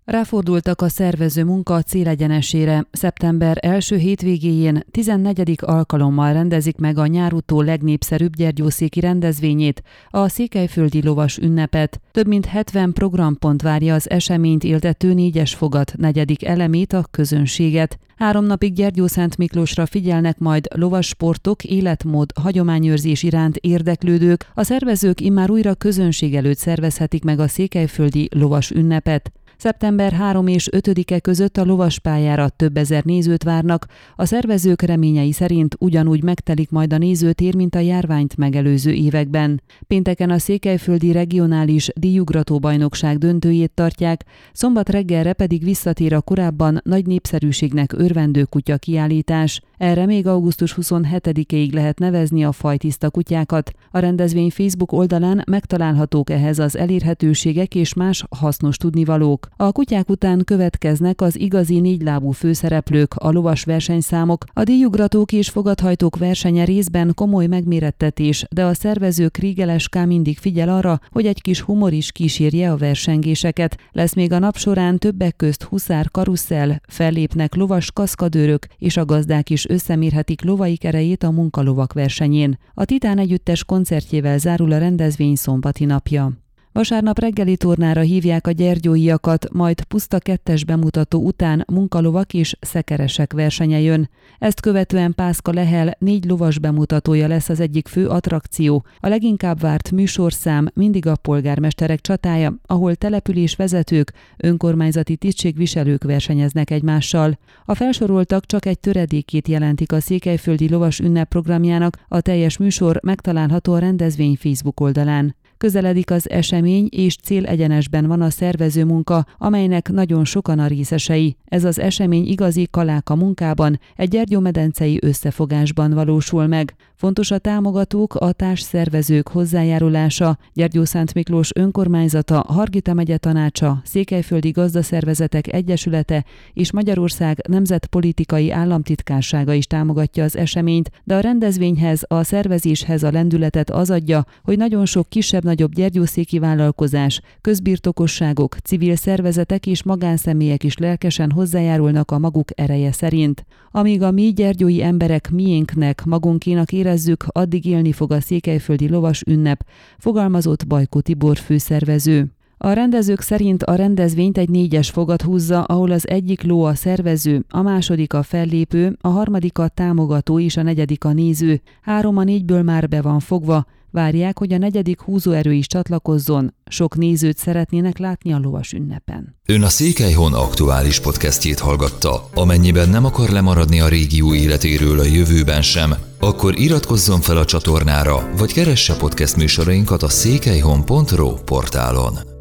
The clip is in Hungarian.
Ráfordultak a szervező munka a célegyenesére. Szeptember első hétvégéjén 14. alkalommal rendezik meg a nyárutó legnépszerűbb gyergyószéki rendezvényét, a Székelyföldi Lovas Ünnepet. Több mint 70 programpont várja az eseményt éltető 4-es fogat 4. elemét, a közönséget. 3 napig Gyergyószánt Miklósra figyelnek majd lovassportok, életmód, hagyományőrzés iránt érdeklődők. A szervezők immár újra közönség előtt szervezhetik meg a Székelyföldi Lovas Ünnepet. Szeptember 3 és 5-e között a lovaspályára több ezer nézőt várnak. A szervezők reményei szerint ugyanúgy megtelik majd a nézőtér, mint a járványt megelőző években. Pénteken a Székelyföldi Regionális Díjugrató Bajnokság döntőjét tartják, szombat reggelre pedig visszatér a korábban nagy népszerűségnek örvendő kutya kiállítás. Erre még augusztus 27-ig lehet nevezni a fajtiszta kutyákat. A rendezvény Facebook oldalán megtalálhatók ehhez az elérhetőségek és más hasznos tudnivalók. A kutyák után következnek az igazi 4-lábú főszereplők, a lovas versenyszámok, a díjugratók és fogathajtók versenye részben komoly megmérettetés, de a szervező Krigeles K. mindig figyel arra, hogy egy kis humor is kísérje a versengéseket. Lesz még a nap során többek közt huszár karusszel, fellépnek lovas kaszkadőrök, és a gazdák is összemérhetik lovaik erejét a munkalovak versenyén. A Titán együttes koncertjével zárul a rendezvény szombati napja. Vasárnap reggeli tornára hívják a gyergyóiakat, majd puszta 2-es bemutató után munkalovak és szekeresek versenye jön. Ezt követően Pászka Lehel 4 lovas bemutatója lesz az egyik fő attrakció. A leginkább várt műsorszám mindig a polgármesterek csatája, ahol településvezetők, önkormányzati tisztségviselők versenyeznek egymással. A felsoroltak csak egy töredékét jelentik a Székelyföldi Lovas Ünnep programjának, a teljes műsor megtalálható a rendezvény Facebook oldalán. Közeledik az esemény, és célegyenesben van a szervező munka, amelynek nagyon sokan a részesei. Ez az esemény igazi kaláka munkában, egy gyergyómedencei összefogásban valósul meg. Fontos a támogatók, a társszervezők hozzájárulása, Gyergyószánt Miklós önkormányzata, Hargita megye tanácsa, Székelyföldi Gazdaszervezetek Egyesülete és Magyarország Nemzetpolitikai Államtitkársága is támogatja az eseményt, de a rendezvényhez, a szervezéshez a lendületet az adja, hogy nagyon sok kisebb-nagyobb gyergyószéki vállalkozás, közbirtokosságok, civil szervezetek és magánszemélyek is lelkesen hozzájárulnak a maguk ereje szerint. Amíg a mi gyergyói emberek miénknek, magunkénak érezzük, addig élni fog a Székelyföldi Lovas Ünnep, fogalmazott Bajko Tibor főszervező. A rendezők szerint a rendezvényt egy 4-es fogat húzza, ahol az egyik ló a szervező, a második a fellépő, a harmadik a támogató és a 4. a néző. 3 a 4-ből már be van fogva. Várják, hogy a 4. húzóerő is csatlakozzon. Sok nézőt szeretnének látni a lovas ünnepen. Ön a Székelyhon aktuális podcastjét hallgatta. Amennyiben nem akar lemaradni a régió életéről a jövőben sem, akkor iratkozzon fel a csatornára, vagy keresse podcast műsorainkat a székelyhon.ro portálon.